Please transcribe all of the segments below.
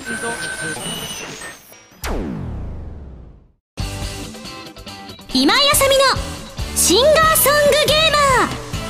今井あさみのシンガーソングゲーマ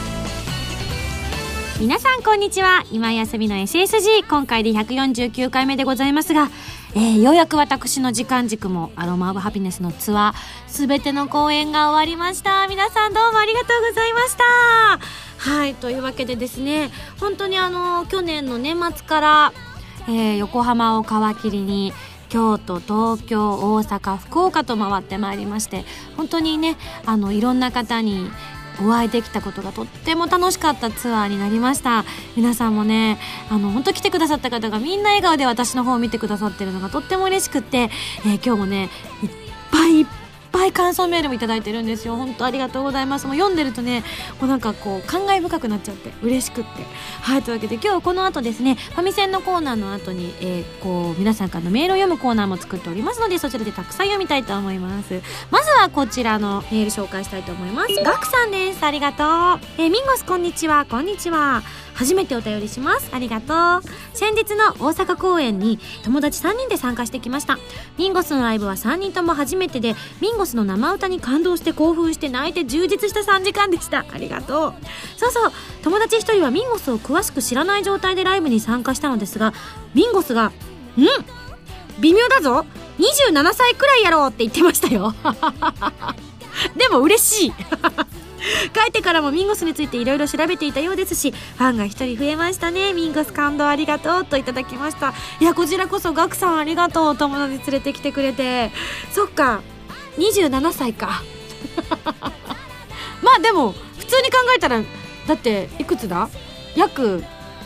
ー。皆さんこんにちは。今井あさみの SSG、 今回で149回目でございますが、ようやく私の時間軸もアロマオブハピネスのツアーすべての公演が終わりました。皆さんどうもありがとうございました。はい、というわけでですね、本当に去年の年末から、横浜を皮切りに京都、東京、大阪、福岡と回ってまいりまして、本当にねいろんな方にお会いできたことがとっても楽しかったツアーになりました。皆さんもね本当来てくださった方がみんな笑顔で私の方を見てくださってるのがとっても嬉しくって、今日もねいっぱい感想メールもいただいてるんですよ。本当ありがとうございます。もう読んでるとねもうなんかこう感慨深くなっちゃって嬉しくって、はい、というわけで今日この後ですね、ファミセンのコーナーの後に、皆さんからのメールを読むコーナーも作っておりますので、そちらでたくさん読みたいと思います。まずはこちらのメール紹介したいと思います。ガクさんです。ありがとう。ミンゴスこんにちは。こんにちは。初めてお便りします。ありがとう。先日の大阪公演に友達3人で参加してきました。ミンゴスのライブは3人とも初めてで、ミンゴスの生歌に感動して興奮して泣いて充実した3時間でした。ありがとう。そうそう、友達1人はミンゴスを詳しく知らない状態でライブに参加したのですが、ミンゴスが微妙だぞ、27歳くらいやろうって言ってましたよ。でも嬉しい。帰ってからもミンゴスについていろいろ調べていたようですし、ファンが一人増えましたね。ミンゴス感動ありがとうといただきました。いやこちらこそガクさんありがとう。友達連れてきてくれて。そっか27歳か。まあでも普通に考えたらだっていくつだ、約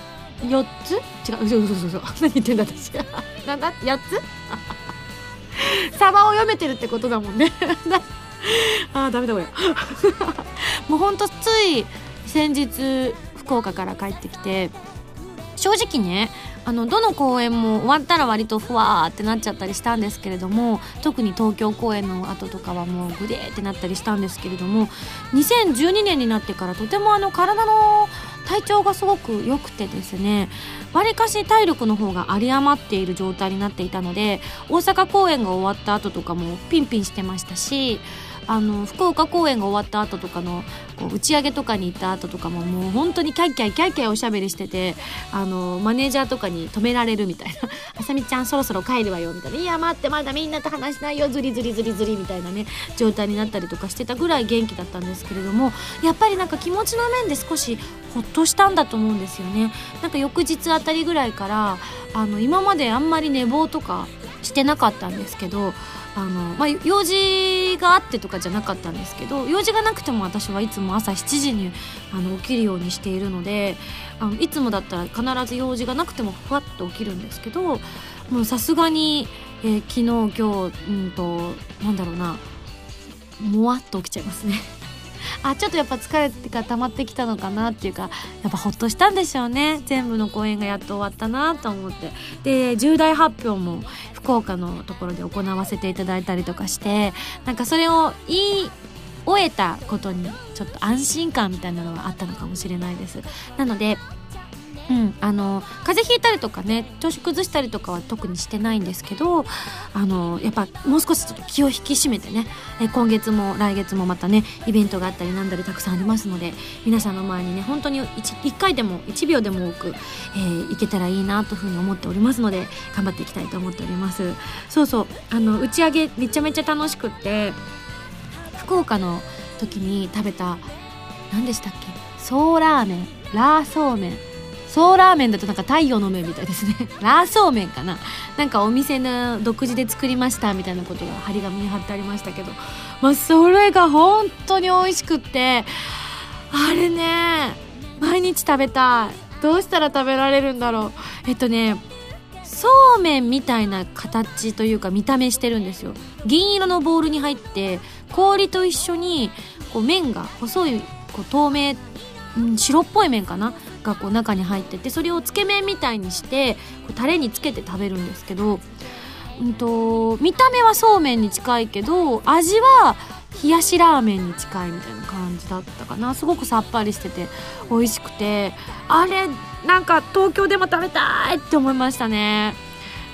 4つ違う、そう何言ってんだ私。なんだ8つ。サバを読めてるってことだもんね。ダメだこれ。もうほんとつい先日福岡から帰ってきて、正直ねどの公演も終わったら割とふわーってなっちゃったりしたんですけれども、特に東京公演の後とかはもうグデーってなったりしたんですけれども、2012年になってからとても体の体調がすごく良くてですね、わりかし体力の方が有り余っている状態になっていたので、大阪公演が終わった後とかもピンピンしてましたし、福岡公演が終わった後とかの打ち上げとかに行った後とかももう本当にキャイキャイおしゃべりしてて、マネージャーとかに止められるみたいな。あさみちゃんそろそろ帰るわよみたいな、いや待ってまだみんなと話しないよ、ズリみたいなね状態になったりとかしてたぐらい元気だったんですけれども、やっぱりなんか気持ちの面で少しほっとしたんだと思うんですよね。なんか翌日あたりぐらいから今まであんまり寝坊とかしてなかったんですけど、用事があってとかじゃなかったんですけど、用事がなくても私はいつも朝7時に起きるようにしているので、いつもだったら必ず用事がなくてもふわっと起きるんですけど、もうさすがに、昨日今日なんだろうな、もわっと起きちゃいますね。ちょっとやっぱ疲れが溜まってきたのかなっていうか、やっぱほっとしたんでしょうね。全部の公演がやっと終わったなと思って、で重大発表も福岡のところで行わせていただいたりとかして、なんかそれを言い終えたことにちょっと安心感みたいなのがあったのかもしれないです。なので風邪ひいたりとかね、調子崩したりとかは特にしてないんですけど、やっぱもう少しちょっと気を引き締めてね、今月も来月もまたねイベントがあったりなんだりたくさんありますので、皆さんの前にね本当に 1回でも1秒でも多く、いけたらいいなというふうに思っておりますので、頑張っていきたいと思っております。そうそう、打ち上げめちゃめちゃ楽しくって、福岡の時に食べた何でしたっけ、ソーラーメン、ラーソーメン、ソーラーメンだとなんか太陽の麺みたいですね。ラーソーメンかな、なんかお店の独自で作りましたみたいなことが張り紙に貼ってありましたけど、それが本当に美味しくって、あれね毎日食べたい。どうしたら食べられるんだろう。そうめんみたいな形というか見た目してるんですよ。銀色のボウルに入って氷と一緒に麺が細い透明、白っぽい麺かなが中に入ってて、それをつけ麺みたいにしてタレにつけて食べるんですけど、見た目はそうめんに近いけど味は冷やしラーメンに近いみたいな感じだったかな。すごくさっぱりしてて美味しくて、あれなんか東京でも食べたいって思いましたね。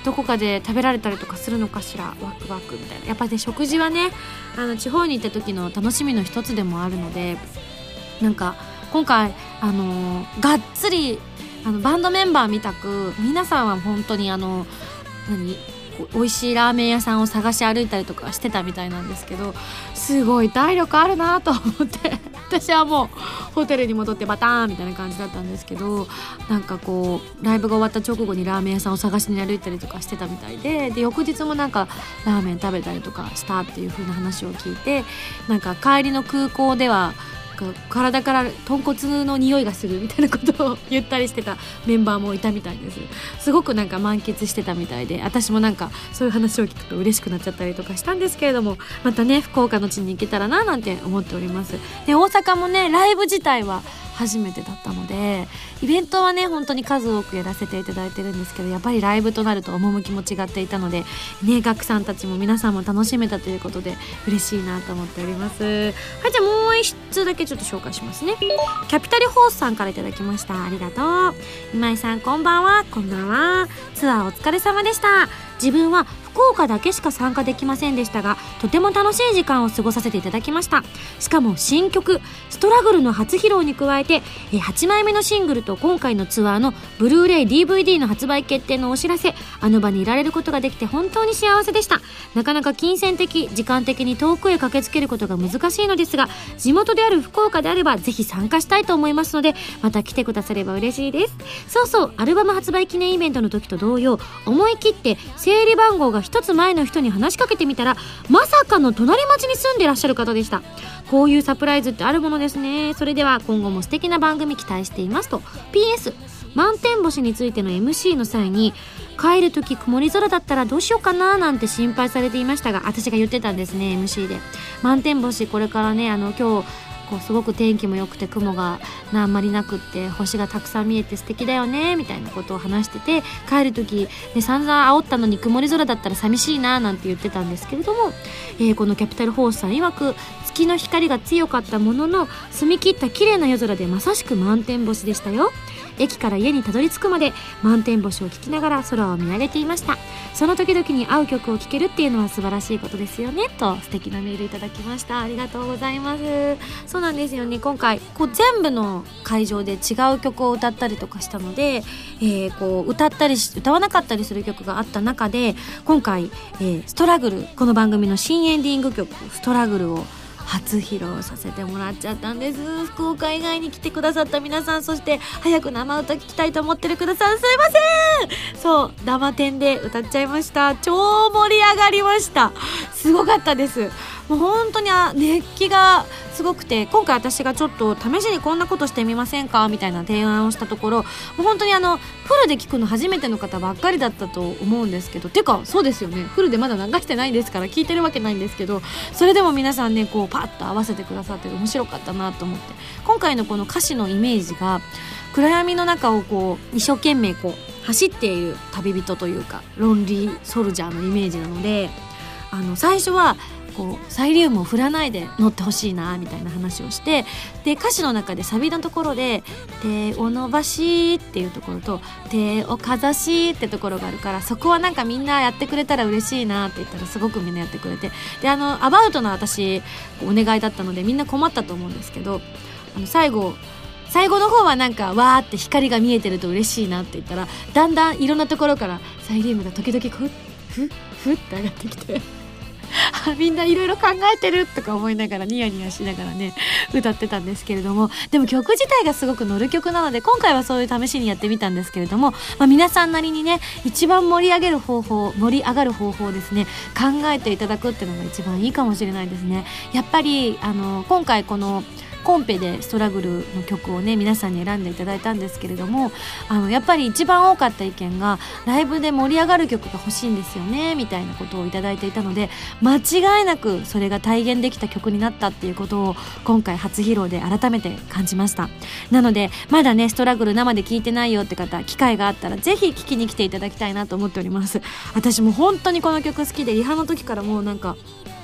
どこかで食べられたりとかするのかしら。ワクワクみたいな。やっぱね食事はね地方に行った時の楽しみの一つでもあるので、なんか今回がっつりバンドメンバーみたく皆さんは本当に美味しいラーメン屋さんを探し歩いたりとかしてたみたいなんですけど、すごい体力あるなと思って私はもうホテルに戻ってバターンみたいな感じだったんですけど、なんかこうライブが終わった直後にラーメン屋さんを探しに歩いたりとかしてたみたいで、翌日もなんかラーメン食べたりとかしたっていう風な話を聞いて、なんか帰りの空港では体から豚骨の匂いがするみたいなことを言ったりしてたメンバーもいたみたいです。すごくなんか満喫してたみたいで、私もなんかそういう話を聞くと嬉しくなっちゃったりとかしたんですけれども、またね福岡の地に行けたらななんて思っております。で大阪もねライブ自体は初めてだったので、イベントはね本当に数多くやらせていただいてるんですけど、やっぱりライブとなると趣も違っていたのでね、ガクさんたちも皆さんも楽しめたということで嬉しいなと思っております。はい、じゃあもう一つだけちょっと紹介しますね。キャピタルホースさんからいただきました。ありがとう。今井さんこんばんは。こんばんは。ツアーお疲れ様でした。自分は福岡だけしか参加できませんでしたが、とても楽しい時間を過ごさせていただきました。しかも新曲ストラグルの初披露に加えて8枚目のシングルと今回のツアーのブルーレイ DVD の発売決定のお知らせ、あの場にいられることができて本当に幸せでした。なかなか金銭的時間的に遠くへ駆けつけることが難しいのですが、地元である福岡であればぜひ参加したいと思いますので、また来てくだされば嬉しいです。そうそう、アルバム発売記念イベントの時と同様、思い切って整理番号が一つ前の人に話しかけてみたら、まさかの隣町に住んでらっしゃる方でした。こういうサプライズってあるものですね。それでは今後も素敵な番組期待していますと。 PS 満天星についての MC の際に、帰る時曇り空だったらどうしようかななんて心配されていましたが、私が言ってたんですね MC で。満天星これからね今日こうすごく天気も良くて雲があんまりなくって星がたくさん見えて素敵だよねみたいなことを話してて、帰る時で散々煽ったのに曇り空だったら寂しいななんて言ってたんですけれども、このキャピタルホースさん曰く、月の光が強かったものの澄み切った綺麗な夜空でまさしく満天星でしたよ。駅から家にたどり着くまで満天星を聞きながら空を見上げていました。その時々に合う曲を聴けるっていうのは素晴らしいことですよねと素敵なメールいただきました。ありがとうございます。そうなんですよね、今回全部の会場で違う曲を歌ったりとかしたので、歌ったり歌わなかったりする曲があった中で、今回、ストラグル、この番組の新エンディング曲ストラグルを初披露させてもらっちゃったんです。福岡以外に来てくださった皆さん、そして早く生歌聞きたいと思ってるくださん、すいません。そう生天で歌っちゃいました。超盛り上がりました。すごかったです。もう本当に熱気がすごくて、今回私がちょっと試しにこんなことしてみませんかみたいな提案をしたところ、もう本当にフルで聞くの初めての方ばっかりだったと思うんですけど、てかそうですよね、フルでまだ流してないですから聞いてるわけないんですけど、それでも皆さんねパッと合わせてくださって面白かったなと思って、今回のこの歌詞のイメージが暗闇の中を一生懸命走っている旅人というかロンリーソルジャーのイメージなので、最初はサイリウムを振らないで乗ってほしいなみたいな話をして、で歌詞の中でサビのところで手を伸ばしっていうところと手をかざしってところがあるから、そこはなんかみんなやってくれたら嬉しいなって言ったらすごくみんなやってくれて、でアバウトな私お願いだったのでみんな困ったと思うんですけど、最後の方はなんかわーって光が見えてると嬉しいなって言ったら、だんだんいろんなところからサイリウムが時々ふって上がってきてみんないろいろ考えてるとか思いながらニヤニヤしながらね歌ってたんですけれども、でも曲自体がすごく乗る曲なので今回はそういう試しにやってみたんですけれども、皆さんなりにね一番盛り上がる方法をですね考えていただくっていうのが一番いいかもしれないですね。やっぱり今回このコンペでストラグルの曲をね皆さんに選んでいただいたんですけれども、やっぱり一番多かった意見がライブで盛り上がる曲が欲しいんですよねみたいなことをいただいていたので、間違いなくそれが体現できた曲になったっていうことを今回初披露で改めて感じました。なのでまだねストラグル生で聴いてないよって方、機会があったらぜひ聴きに来ていただきたいなと思っております。私も本当にこの曲好きで、リハの時からもうなんか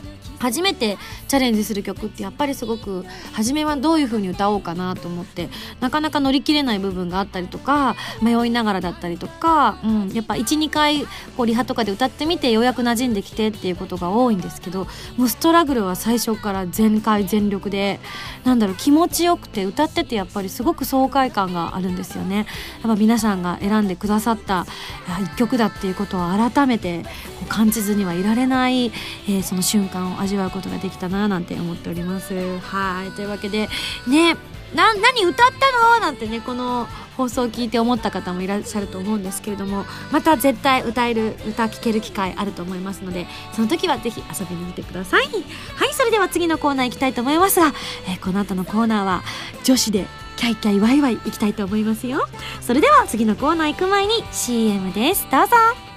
初めてチャレンジする曲ってやっぱりすごく初めはどういう風に歌おうかなと思ってなかなか乗り切れない部分があったりとか迷いながらだったりとか、やっぱ 1,2 回こうリハとかで歌ってみてようやく馴染んできてっていうことが多いんですけど、もうストラグルは最初から全開全力で気持ちよくて歌っててやっぱりすごく爽快感があるんですよね。やっぱ皆さんが選んでくださった一曲だっていうことを改めて感じずにはいられない、その瞬間を味わうことができたななんて思っております。はい、というわけでね、何歌ったのなんてね、この放送を聞いて思った方もいらっしゃると思うんですけれども、また絶対歌聴ける機会あると思いますので、その時はぜひ遊びに来てください。はい、それでは次のコーナー行きたいと思いますが、この後のコーナーは女子でキャイキャイワイワイ行きたいと思いますよ。それでは次のコーナー行く前に CM です。どうぞ。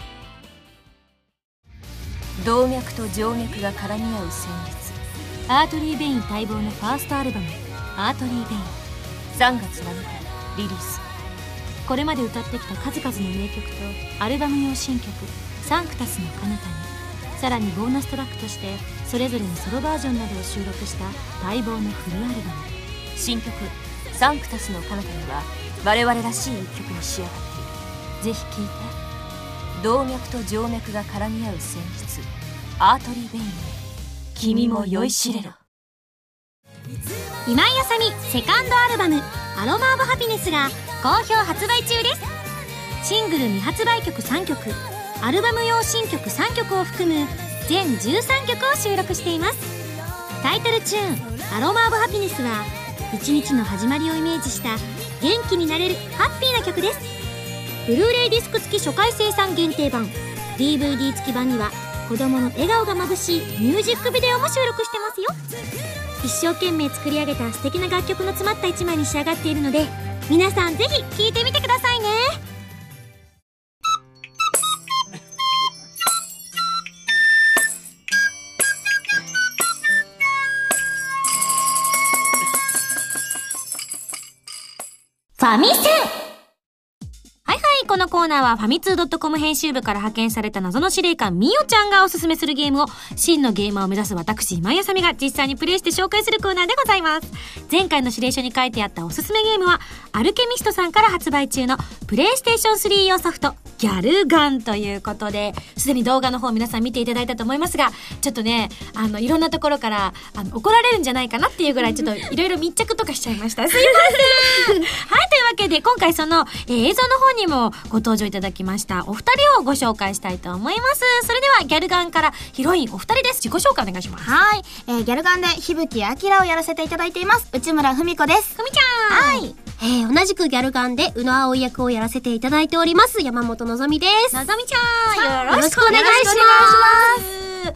動脈と静脈が絡み合う旋律、 アートリー・ベイン待望のファーストアルバムアートリー・ベイン 3月7日リリース。 これまで歌ってきた数々の名曲とアルバム用新曲サンクタスの彼方に、さらにボーナストラックとしてそれぞれのソロバージョンなどを収録した待望のフルアルバム。 新曲サンクタスの彼方には我々らしい一曲に仕上がっている。ぜひ聴いて。動脈と静脈が絡み合う旋律、アートリー・ベインへ君も酔いしれろ。 今井あさみセカンドアルバムアロマオブハピネスが好評発売中です。シングル未発売曲3曲、アルバム用新曲3曲を含む全13曲を収録しています。タイトルチューンアロマオブハピネスは一日の始まりをイメージした元気になれるハッピーな曲です。ブルーレイディスク付き初回生産限定版、 DVD 付き版には子供の笑顔がまぶしいミュージックビデオも収録してますよ。一生懸命作り上げた素敵な楽曲の詰まった一枚に仕上がっているので、皆さんぜひ聴いてみてくださいね。ファミセン。このコーナーはファミツー .com 編集部から派遣された謎の司令官みおちゃんがおすすめするゲームを真のゲーマーを目指す私今井あさみが実際にプレイして紹介するコーナーでございます。前回の指令書に書いてあったおすすめゲームはアルケミストさんから発売中のプレイステーション3用ソフトギャルガンということで、すでに動画の方皆さん見ていただいたと思いますが、ちょっとねいろんなところから怒られるんじゃないかなっていうぐらいちょっといろいろ密着とかしちゃいました。すいませんはい、というわけで今回その、映像の方にもご登場いただきましたお二人をご紹介したいと思います。それではギャルガンからヒロインお二人です。自己紹介お願いします。 はい、ギャルガンでひぶきあきらをやらせていただいています内村文子です。 ふみちゃん。はい、同じくギャルガンで宇野葵役をやらせていただいております山本のぞみです。 のぞみちゃん、よろしくお願いします。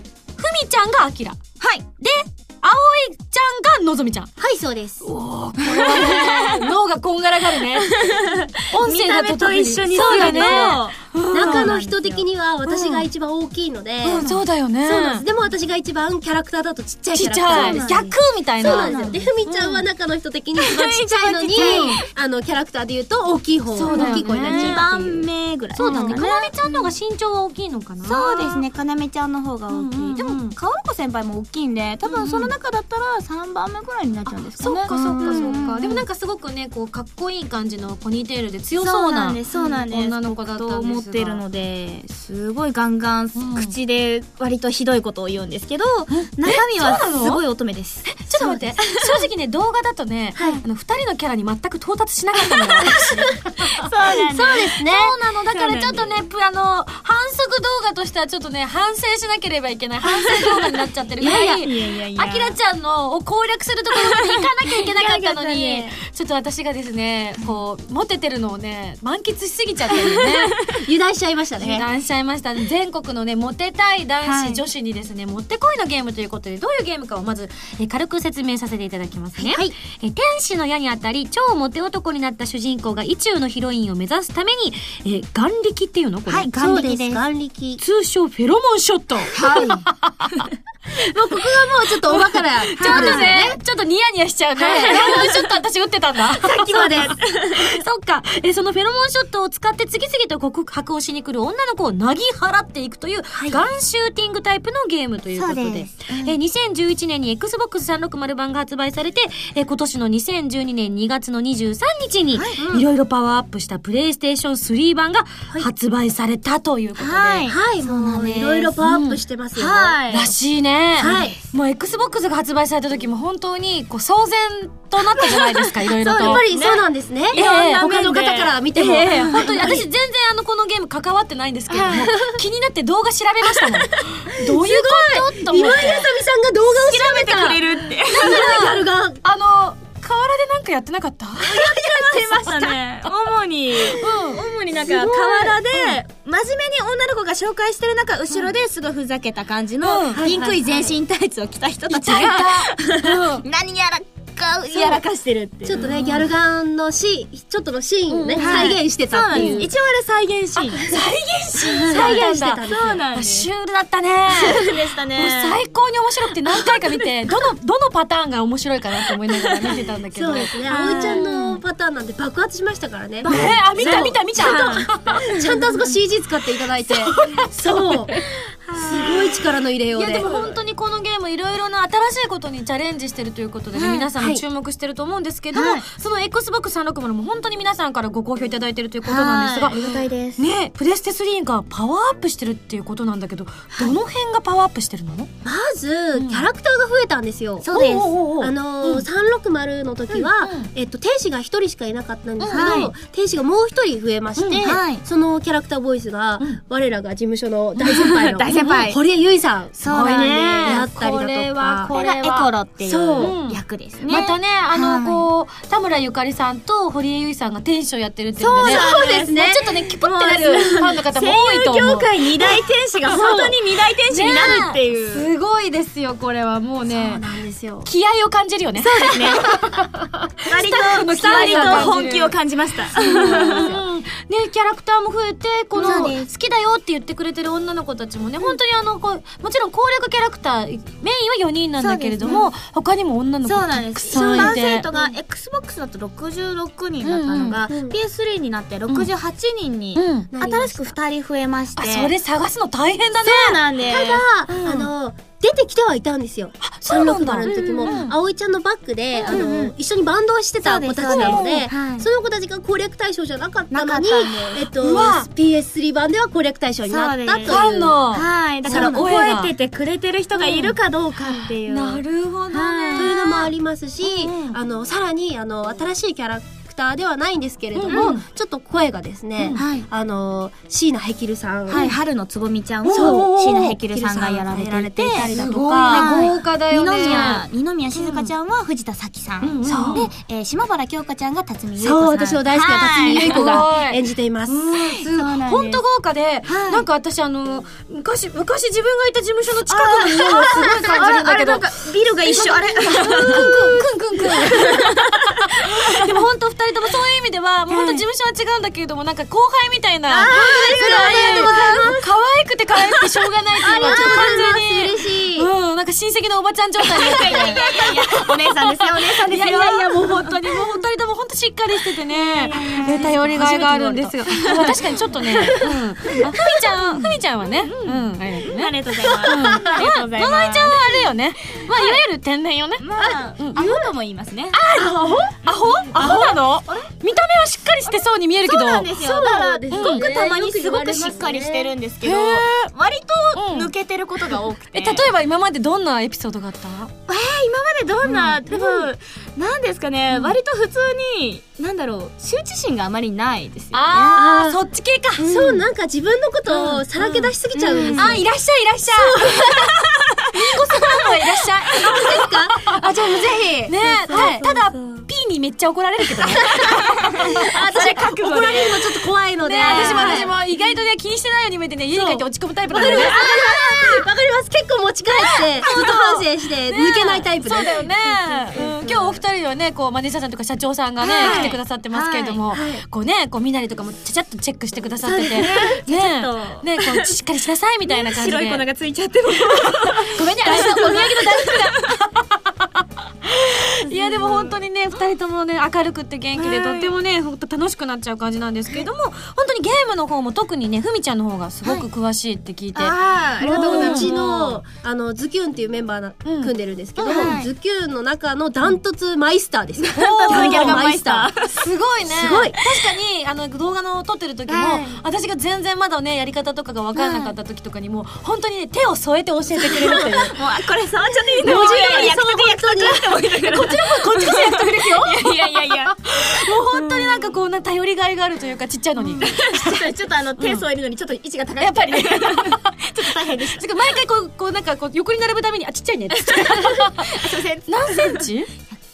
ふみちゃんがあきら、 はいで葵ちゃんがのぞみちゃん。 はい、そうです。 おー、これはね脳がこんがらがるね音声だと一緒にそうだね。中の人的には私が一番大きいので、 そうだよね。 そうなんです。でも私が一番キャラクターだとちっちゃいキャラクターなんです。 逆みたいな。 そうなんですよ。でふみちゃんは中の人的に一番ちっちゃいのに、キャラクターで言うと大きい方、大きい子になっちゃう。 2番目ぐらい。 そうだね。かなめちゃんの方が身長は大きいのかな。 そうですね、かなめちゃんの方が大きい。でもかおるこ先輩も大きいんで、多分その中だったら3番目ぐらいになっちゃうんですかね。 そっかそっかそっか。でもなんかすごくね、こうかっこいい感じのポニーテールで強そうな女の子だったんですが、 持っているのですごいガンガン口で割とひどいことを言うんですけど、中身はすごい乙女です。 ちょっと待って、正直ね動画だとね、2人のキャラに全く到達しなかったのよ私。そうですね。 そうなの。だからちょっとね反則動画としてはちょっとね反省しなければいけない反省動画になっちゃってるぐらい、あきらちゃんのを攻略するところまで行かなきゃいけなかったのにちょっと私がですねこうモテてるのをね満喫しすぎちゃってるね油断しちゃいましたね。 油断しちゃいましたね。全国のねモテたい男子、女子にですねもってこいのゲームということで、どういうゲームかをまず軽く説明させていただきますね。天使の矢にあたり超モテ男になった主人公が意中のヒロインを目指すために、眼力っていうのこれ、 そうです。眼力、 通称フェロモンショット。 はいもうここがもうちょっとおバカなちょっとねちょっとニヤニヤしちゃうね。ちょっと私打ってたんださっきまでそっか。そのフェロモンショットを使って次々と告白をしに来る女の子をなぎ払っていくという、ガンシューティングタイプのゲームということで、2011年に Xbox 360版が発売されて、今年の2012年2月の23日に、いろいろパワーアップしたプレイステーション3版が発売されたということで、 もういろいろパワーアップしてますよ。 らしいね。もう Xbox が発売された時も本当にこう騒然となったじゃないですか、いろいろと。 やっぱりそうなんですね。他の方から見ても。 本当に私全然このゲーム関わってないんですけれども、気になって動画調べましたもん。どういうことと思って。 今井あさみさんが動画を調べてくれるって。 河原でなんかやってなかった？やってましたね。主になんか河原で真面目に女の子が紹介してる中、後ろですごいふざけた感じのピンクい全身タイツを着た人たちが何やらかしてるっていう。 ちょっとね、ギャルガンのちょっとのシーンをね、再現してたっていう。 一応あれ再現シーン。 再現してたんですよ。 そうなんです。シュールだったね。 シュールでしたね。 もう最高に面白くて何回か見て、どのパターンが面白いかなと思いながら見てたんだけど。 そうですね。葵ちゃんのパターンなんで爆発しましたからね。 見た。 ちゃんとあそこ CG 使っていただいて。そう。すごい力の入れようで。 いやでも本当にこのゲームいろいろな新しいことにチャレンジしてるということでね、皆さんも注目してると思うんですけども、その Xbox 360も本当に皆さんからご好評いただいてるということなんですが、 ありがたいです。 ね、プレステ3がパワーアップしてるっていうことなんだけど、どの辺がパワーアップしてるの？ まずキャラクターが増えたんですよ。 そうです。 360の時は天使が1人しかいなかったんですけど、天使がもう1人増えまして、そのキャラクターボイスが我らが事務所の大先輩の堀江由衣さん、 そうだね。 やったりだとか、 これがエコロっていう役ですね。 またね、こう田村ゆかりさんと堀江由衣さんが天使をやってるっていうのでね、 そうですね。 ちょっとねキュプってなるファンの方も多いと思う。 声優業界二大天使が本当に二大天使になるっていう。 すごいですよ、これはもうね。 そうなんですよ。 気合を感じるよね。 そうですね。割と本気を感じました。 ね、キャラクターも増えて、この好きだよって言ってくれてる女の子たちもね、本当にもちろん攻略キャラクターメインは4人なんだけれども、他にも女の子たくさんいて、 1%が Xbox だと66人だったのが PS3 になって68人に新しく2人増えまして、 それ探すの大変だね。 そうなんです。 ただ出てきてはいたんですよ。360の時も葵ちゃんのバックで一緒にバンドをしてた子たちなので、その子たちが攻略対象じゃなかったのに、PS3 版では攻略対象になったという。 はい、だから覚えててくれてる人がいるかどうかっていう。 なるほどね。 というのもありますし、さらに新しいキャラクターではないんですけれども、ちょっと声がですね、椎名ヘキルさん、 春のつぼみちゃんを椎名ヘキルさんがやられていたりだとか、 豪華だよね。 二宮静香ちゃんは藤田咲さんで、島原京香ちゃんが辰巳ゆい子さん。 そう、私の大好きな辰巳ゆい子が演じています。 本当豪華で、なんか私昔自分がいた事務所の近くの匂いがすごい感じるんだけど、 ビルが一緒。あれ、 くんでも本当2人ともそういう意味では、もう本当事務所は違うんだけれども、なんか後輩みたいな、可愛くてしょうがないっていうのはちょっと完全に、 嬉しい。 なんか親戚のおばちゃん状態になってて、 お姉さんですよ、お姉さんですよ。 いやもう本当にもう2人とも本当しっかりしててね、頼りがいがあるんですよ。確かにちょっとね、ふみちゃんはね、 ありがとうございます。ありがとうございます。 ののいちゃんはあれよね、いわゆる天然よね。 アホとも言いますね。 アホなの？見た目はしっかりしてそうに見えるけど。 そうなんですよ。だからすごくたまにすごくしっかりしてるんですけど、割と抜けてることが多くて。 例えば今までどんなエピソードがあった？ 今までどんな、でもなんですかね、割と普通に羞恥心があまりないですよね。 そっち系か。 そう、なんか自分のことをさらけ出しすぎちゃうんですよ。 いらっしゃい。みーこさんはいらっしゃい。 ですか？じゃあぜひ。 ね、ただ P にめっちゃ怒られるけどね。 私怒られるのちょっと怖いので。 私も意外とね気にしてないように見えてね、家に帰って落ち込むタイプなんでね。 わかります。結構持ち帰ってちょっと反省して抜けないタイプです。 そうだよね。今日お二人はね、こうマネージャーさんとか社長さんがね来てくださってますけれども、こうね、こう身なりとかもちゃちゃっとチェックしてくださってて、ね、こうしっかりしなさいみたいな感じで。 白い粉がついちゃってる。 ごめんね、私のお土産の大福だ。 いやでも本当にね2人ともね明るくって元気でとってもね本当楽しくなっちゃう感じなんですけれども、本当にゲームの方も特にねふみちゃんの方がすごく詳しいって聞いて、 ありがとうございます。うちのズキュンっていうメンバー組んでるんですけど、ズキュンの中のダントツマイスターですよ。ダントツマイスター。 すごいね。 すごい。 確かに動画の撮ってる時も、私が全然まだねやり方とかが分からなかった時とかにも本当にね手を添えて教えてくれるっていう。もうこれ触っちゃっていいの？ もう約束って思いながら。 こっちこそ約束ですよ。 いや。 もう本当になんかこう頼りがいがあるというかちっちゃいのに。 ちょっと手添えるのにちょっと位置が高い。やっぱり。ちょっと大変でした。 毎回こうなんかこう横に並ぶためにちっちゃいねって。何センチ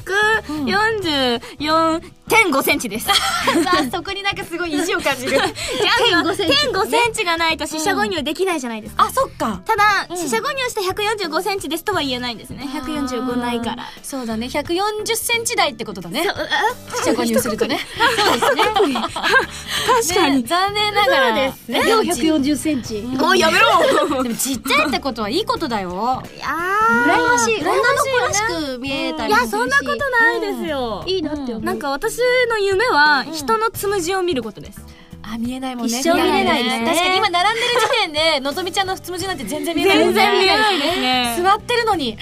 ？144.5 センチです。 そこになんかすごい意地を感じる。 1.5センチがないと四捨五入できないじゃないですか。 あ、そっか。 ただ四捨五入して145センチですとは言えないんですね。145ないから。 そうだね。140センチ台ってことだね。四捨五入するとね。そうですね。 確かに。 残念ながら。 そうですね。140センチ。 おいやめろ。 でもちっちゃいってことはいいことだよ。 いやー、羨ましい。女の子らしく見えたり。 いやそんなことないですよ。 いいなって思う。 なんか私の夢は人のつむじを見ることです。 あ、見えないもんね。 一生見れないですね。 確かに今並んでる時点でのぞみちゃんのつむじなんて全然見えない。 全然見えないですね。 座ってるのに。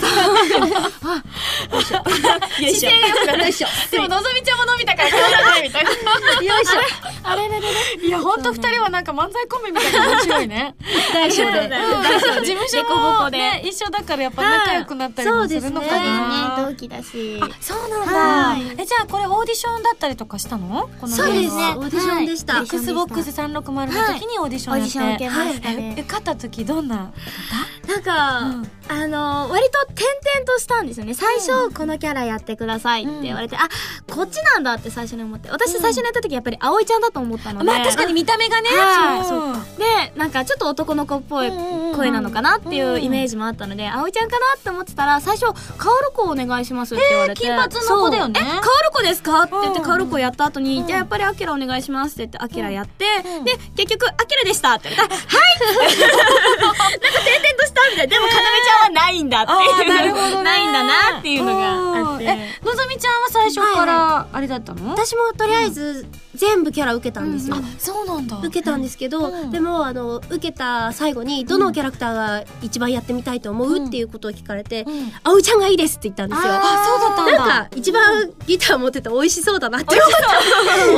姿勢が良くなったでしょ。でものぞみちゃんも伸びたから変わらないみたいな。よいしょ。あれ。いや本当二人はなんか漫才コンビみたいな面白いね。 大丈夫で。 事務所もね一緒だからやっぱ仲良くなったりもするのかな。 同期だし。 あ、そうなんだ。じゃあこれオーディションだったりとかしたの？ そうですね。オーディションでした。 Xbox360 の時にオーディションやって、 受けましたね。 受かった時どんななんか、割と転々としたんですよね。最初、このキャラやってくださいって言われて、あ、こっちなんだって最初に思って。私最初にやった時やっぱり葵ちゃんだと思ったので。 まあ確かに見た目がね。 で、なんかちょっと男の子っぽい声なのかなっていうイメージもあったので、葵ちゃんかなって思ってたら、最初、カオルコお願いしますって言われて。 金髪の子だよね。 カオルコですかって言って、カオルコやった後に、じゃあやっぱりアキラお願いしますって言って、アキラやって、で、結局、アキラでしたって言ったら、はいなんか転々としたみたいな。でも、かなめちゃんはないんだっていう。 なるほどね。 ないんだなっていうのがあって。 のぞみちゃんは最初からあれだったの？ 私もとりあえず全部キャラ受けたんですよ。 そうなんだ。 受けたんですけど、でも受けた最後にどのキャラクターが一番やってみたいと思うっていうことを聞かれて、葵ちゃんがいいですって言ったんですよ。 あ、そうだったんだ。 なんか一番ギター持ってて美味しそうだなって思った。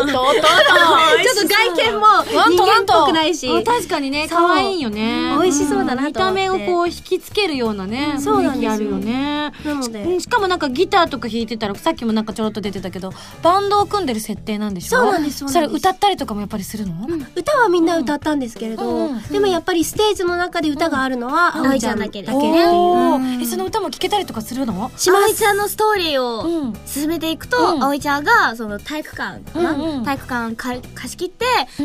ちょっと外見も人間っぽくないし、 確かにね、可愛いよね。 美味しそうだなと思って。 見た目をこう引きつけるようなね、雰囲気あるよね。 なのでしかもなんかギターとか弾いてたら、さっきもなんかちょろっと出てたけど、バンドを組んでる設定なんでしょ？ そうなんです。 それ歌ったりとかもやっぱりするの？ 歌はみんな歌ったんですけれど、でもやっぱりステージの中で歌があるのは葵ちゃんだけっていう。 その歌も聴けたりとかするの？ 葵ちゃんのストーリーを進めていくと、葵ちゃんがその体育館かな、体育館貸し切って、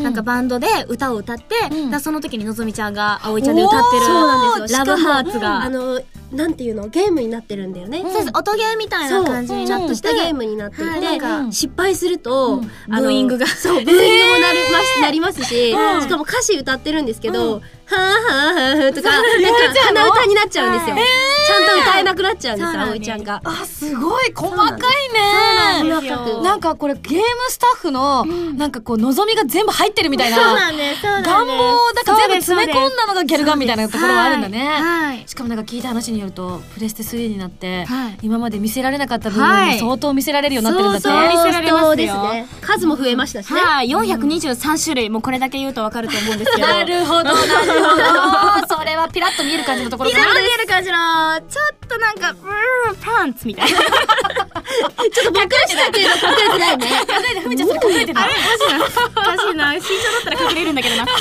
なんかバンドで歌を歌って、その時にのぞみちゃんが葵ちゃんで歌ってる。 そうなんですよ。 ラブハーツがなんていうの、ゲームになってるんだよね。 そうです。音ゲーみたいな感じになってしたゲームになっていて、失敗すると、 ブーイングが。 そう、ブーイングもなりますし、しかも歌詞歌ってるんですけど、はぁはぁはぁとか、なんか鼻歌になっちゃうんですよ。ちゃんと歌えなくなっちゃうんです、葵ちゃんが。 あ、すごい細かいね。なんかこれゲームスタッフの、なんかこう、望みが全部入ってるみたいな。 そうなんです。 願望だから全部詰め込んだのがギャルガンみたいなところはあるんだね。しかもなんか聞いた話によると、プレステ3になって、今まで見せられなかった部分も相当見せられるようになってるんだって。 そう見せられますですね。数も増えましたしね。 はい、423種類。もうこれだけ言うとわかると思うんですけど。 なるほど、なるほど。それはピラッと見える感じのところピラッと見える感じの、ちょっとなんか、パンツみたいな。ちょっと隠したけど隠れてないね。 隠れて、ふみちゃんそれ隠れてない。 あれおかしいな。身長だったら隠れるんだけどな。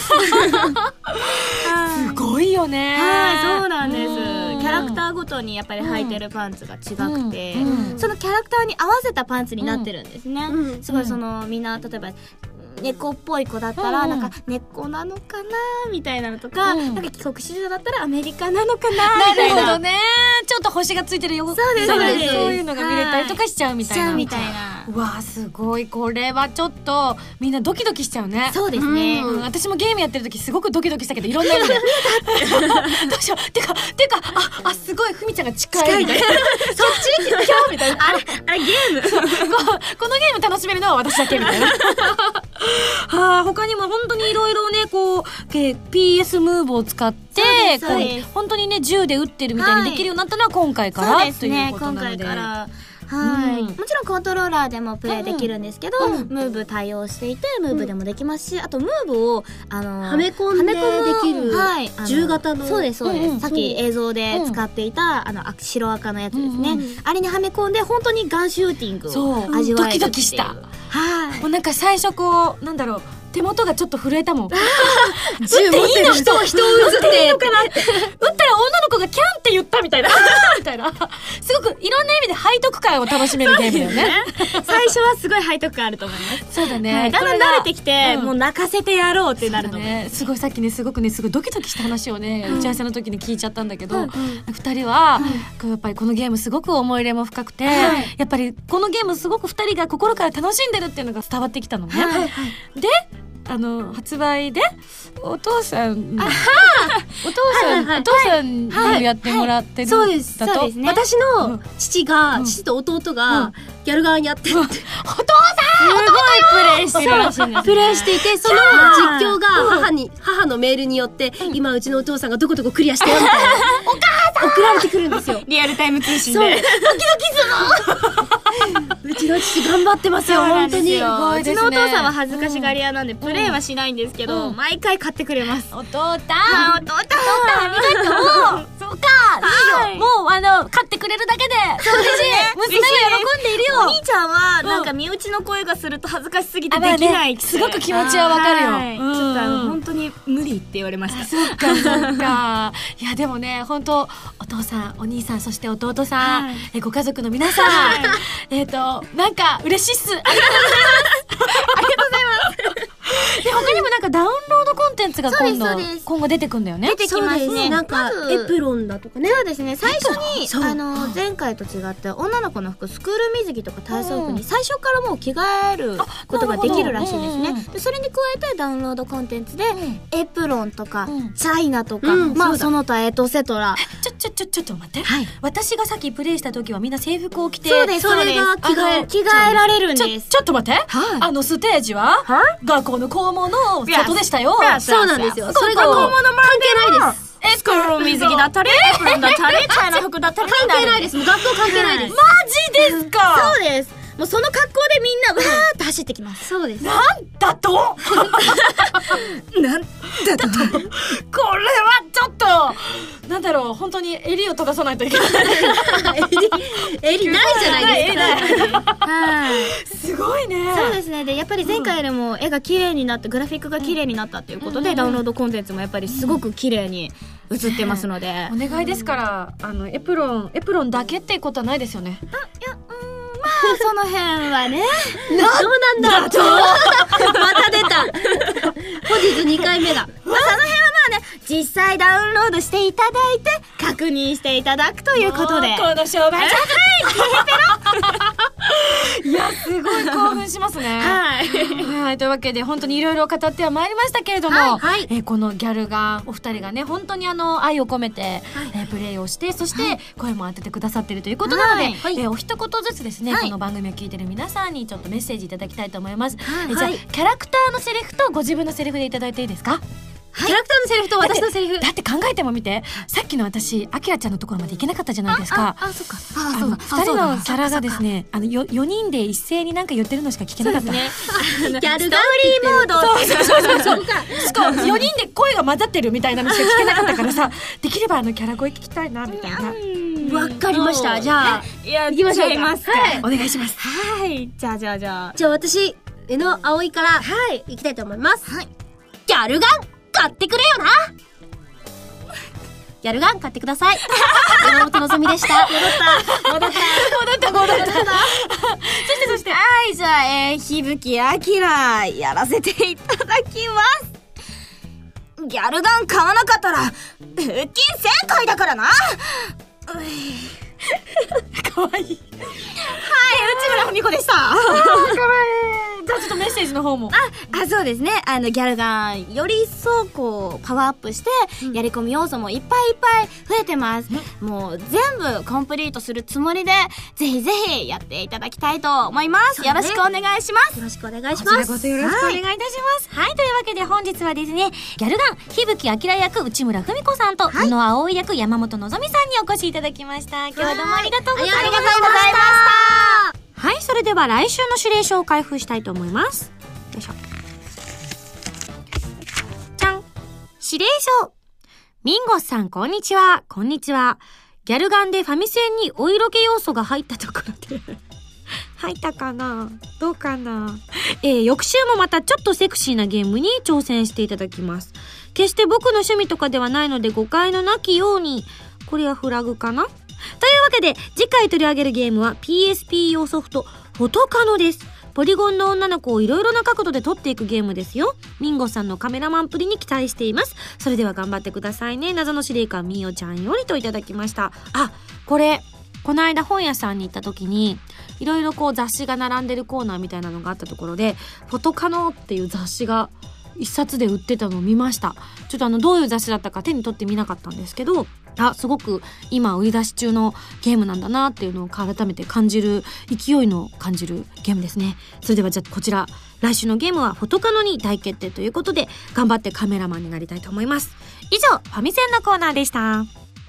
すごいよね。 はい、そうなんです。キャラクターごとにやっぱり履いてるパンツが違くて、そのキャラクターに合わせたパンツになってるんですね。すごいみんな、例えば、猫っぽい子だったら、なんか、猫なのかなみたいなのとか、なんか帰国子女だったらアメリカなのかなみたいな。 なるほどね。ちょっと星がついてるよ。 そうです、そうです。 そういうのが見れたりとかしちゃうみたいな。 しちゃうみたいな。 うわーすごい。これはちょっとみんなドキドキしちゃうね。 そうですね。 私もゲームやってる時すごくドキドキしたけど、いろんな意味でどうしよう。てかすごいふみちゃんが近いみたいな。そっち今日みたいな。 あれゲームこのゲーム楽しめるのは私だけみたいな。 はあ、他にも本当にいろいろね、こう、PS ムーブを使って、 そうです。 本当にね、銃で撃ってるみたいにできるようになったのは今回から、 そうですね、 ということなので。 今回から。はい、もちろんコントローラーでもプレイできるんですけど、ムーブ対応していて、ムーブでもできますし、あとムーブをはめ込んでできる、はい、銃型の、 そうですそうです、さっき映像で使っていた、白赤のやつですね、あれにはめ込んで本当にガンシューティングを味わえるっていう。 ドキドキした。 はい。 もうなんか最初こうなんだろう、手元がちょっと震えたもん。 銃持ってる人を撃っていいのかなって。 撃ったら女の子がキャンって言ったみたいな。みたいな。すごくいろんな意味で背徳感を楽しめるゲームだよね。 最初はすごい背徳感あると思います。 そうだね。 はい、だんだん慣れてきて、もう泣かせてやろうってなるのね。すごいさっきね、すごくドキドキした話をね、打ち合わせの時に聞いちゃったんだけど、二人は、やっぱりこのゲームすごく思い入れも深くて、やっぱりこのゲームすごく二人が心から楽しんでるっていうのが伝わってきたのね。で、発売でお父さんがやってもらってるんだと。 そうです。私の父と弟がギャルガンやってるって。お父さんすごいプレイしてるらしいんですね。 プレイしていて、その実況が母のメールによって、今うちのお父さんがどこどこクリアしたよみたいな。お母さん送られてくるんですよ。 リアルタイム通信で。ドキドキする。 うちの父頑張ってますよ、本当に。 うちのお父さんは恥ずかしがり屋なんでプレイはしないんですけど、毎回買ってくれます。 お父さんありがとう。そうか。もう買ってくれるだけでそうですね。 娘が喜んでいるよ。 お兄ちゃんはなんか身内の声がすると恥ずかしすぎてできないって。 すごく気持ちはわかるよ。 ちょっと本当に無理って言われました。 そっか。いやでもね、本当お父さん、お兄さん、そして弟さん、ご家族の皆さん、なんか嬉しいっす。ありがとうございます。ありがとうございます。で、他にもなんかダウンロードコンテンツが今後出てくんだよね。 出てきますね。 なんかエプロンだとかね。 そうですね。最初に前回と違って女の子の服、スクール水着とか体操服に最初からもう着替えることができるらしいんですね。でそれに加えてダウンロードコンテンツでエプロンとかチャイナとか、まあその他エトセトラ。 ちょっと待って。私がさっきプレイした時はみんな制服を着て、 そうです。それが着替えられるんです。 ちょっと待って。ステージは学校の校門の外でしたよ。 そうなんですよ。 それが校門の関係ないです。 スクール水着だったり、エプロンだったり、チャイナ服だったり。 関係ないです。学校関係ないです。 マジですか？ そうです。もうその格好でみんなわーって走ってきます。 そうです。 なんだとこれはちょっとなんだろう、本当に襟を閉ざさないといけない。 襟ないじゃないですか。 はい。 すごいね。 そうですね。でやっぱり前回よりも絵が綺麗になって、グラフィックが綺麗になったっていうことで、ダウンロードコンテンツもやっぱりすごく綺麗に映ってますので、 お願いですからエプロンだけっていうことはないですよね。 まあその辺はね。 どうなんだと。また出た。本日2回目だ。 まあその辺はまあね、実際ダウンロードしていただいて確認していただくということで。 この商売。いやすごい興奮しますね。はい。というわけで本当にいろいろ語ってはまいりましたけれども、このギャルガンお二人がね本当に愛を込めてプレイをして、そして声も当ててくださっているということなので、お一言ずつですね、この番組を聞いている皆さんにちょっとメッセージいただきたいと思います。じゃあキャラクターのセリフとご自分のセリフでいただいていいですか？ キャラクターのセリフと私のセリフ。 だって考えてもみて、さっきの私アキラちゃんのところまで行けなかったじゃないですか。 そっか。 2人のキャラがですね、4人で一斉になんか言ってるのしか聞けなかった。 ギャルガンストーリーモード。 そう4人で声が混ざってるみたいなのしか聞けなかったからさ、できればキャラ声聞きたいなみたいな。 わかりました。じゃあ行きましょうか。 お願いします。 はい。じゃあ私の葵から行きたいと思います。ギャルガン買ってくれよな。ギャルガン買ってください。山本のぞみでした。 戻った。そしてはい、じゃあひぶきあきらやらせていただきます。ギャルガン買わなかったら腹筋1000回だからな。 かわいい。 内村文子でした。 かわいい。じゃあちょっとメッセージの方も。 そうですね。ギャルガンより一層こうパワーアップして、やり込み要素もいっぱいいっぱい増えてます。もう全部コンプリートするつもりで、ぜひぜひやっていただきたいと思います。よろしくお願いします。 よろしくお願いします。 こちらこそよろしくお願いいたします。はい、というわけで本日はですね、ギャルガンひぶきあきら役内村文子さんと、宇野葵役山本のぞみさんにお越しいただきました。今日はどうもありがとうございました。 ありがとうございました。 はい、それでは来週の指令書を開封したいと思います。よいしょ。じゃん。指令書。ミンゴスさん、こんにちは。こんにちは。ギャルガンでファミセンにお色気要素が入ったところで入ったかな、どうかな。翌週もまたちょっとセクシーなゲームに挑戦していただきます。決して僕の趣味とかではないので誤解のなきように。これはフラグかな。というわけで次回取り上げるゲームは PSP 用ソフトフォトカノです。ポリゴンの女の子をいろいろな角度で撮っていくゲームですよ。ミンゴさんのカメラマンプリに期待しています。それでは頑張ってくださいね。謎の司令官みおちゃんよりといただきました。これこの間本屋さんに行った時にいろいろこう雑誌が並んでるコーナーみたいなのがあったところで、フォトカノっていう雑誌が一冊で売ってたのを見ました。ちょっとどういう雑誌だったか手に取ってみなかったんですけど、すごく今売り出し中のゲームなんだなっていうのを改めて感じる、勢いの感じるゲームですね。それではじゃあこちら来週のゲームはフォトカノに大決定ということで、頑張ってカメラマンになりたいと思います。以上、ファミセンのコーナーでした。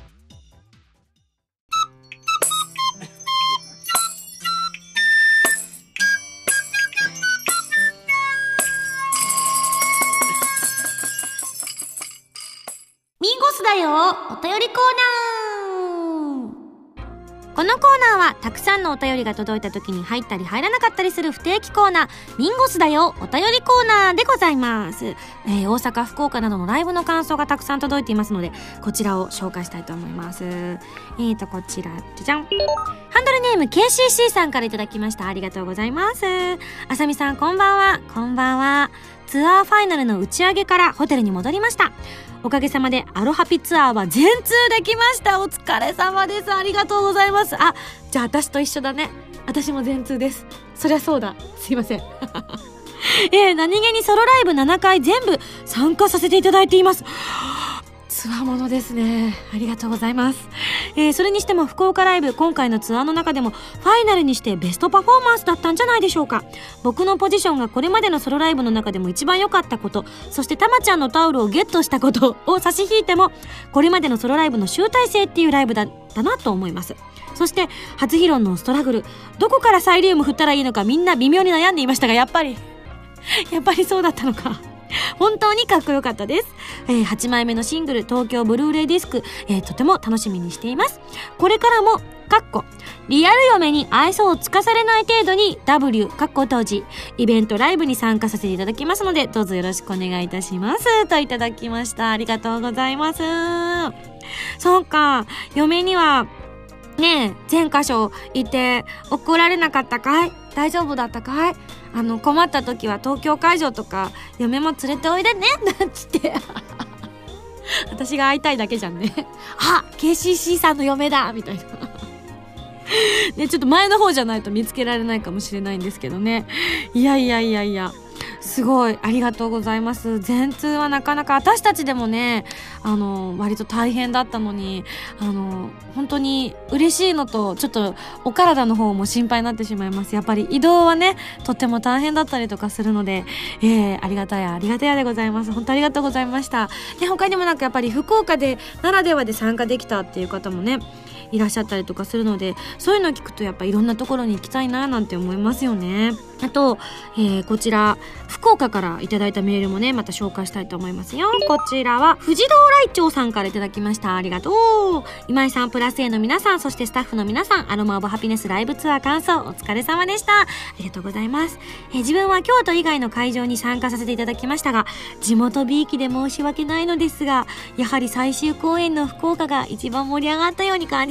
ミンゴスだよ、お便りコーナー。このコーナーはたくさんのお便りが届いた時に入ったり入らなかったりする不定期コーナー、ミンゴスだよ、お便りコーナーでございます。大阪、福岡などのライブの感想がたくさん届いていますので、こちらを紹介したいと思います。こちら、じゃじゃん。ハンドルネーム KCC さんからいただきました。ありがとうございます。あさみさん、こんばんは。こんばんは。ツアーファイナルの打ち上げからホテルに戻りました。おかげさまでアロハピツアーは全通できました。お疲れ様です。ありがとうございます。じゃあ私と一緒だね。私も全通です。そりゃそうだ。すいません。何気にソロライブ7回全部参加させていただいています。つわものですね。ありがとうございます。それにしても福岡ライブ、今回のツアーの中でもファイナルにしてベストパフォーマンスだったんじゃないでしょうか。僕のポジションがこれまでのソロライブの中でも一番良かったこと、そしてたまちゃんのタオルをゲットしたことを差し引いても、これまでのソロライブの集大成っていうライブだったなと思います。そして初披露のストラグル、どこからサイリウム振ったらいいのかみんな微妙に悩んでいましたが、やっぱりそうだったのか。本当にかっこよかったです。8枚目のシングル東京ブルーレイディスク、とても楽しみにしています。これからもリアル嫁に愛想をつかされない程度に W 当時イベントライブに参加させていただきますので、どうぞよろしくお願いいたしますといただきました。ありがとうございます。そうか、嫁にはねえ全箇所いて怒られなかったかい？大丈夫だったかい？困った時は東京会場とか嫁も連れておいでねなんつって私が会いたいだけじゃんね。KCC さんの嫁だみたいなね、ちょっと前の方じゃないと見つけられないかもしれないんですけどね。いやすごいありがとうございます。全通はなかなか私たちでもね割と大変だったのに本当に嬉しいのと、ちょっとお体の方も心配になってしまいます。やっぱり移動はねとっても大変だったりとかするので、ありがたやでございます。本当ありがとうございました。で他にもやっぱり福岡でならではで参加できたっていう方もねいらっしゃったりとかするので、そういうのを聞くとやっぱいろんなところに行きたいななんて思いますよね。あと、こちら福岡からいただいたメールもねまた紹介したいと思いますよ。こちらは藤堂来長さんからいただきました。ありがとう。今井さん、プラス A の皆さん、そしてスタッフの皆さん、アロマオブハピネスライブツアー感想お疲れ様でした。ありがとうございます。自分は京都以外の会場に参加させていただきましたが、地元びいきで申し訳ないのですが、やはり最終公演の福岡が一番盛り上がったように感じ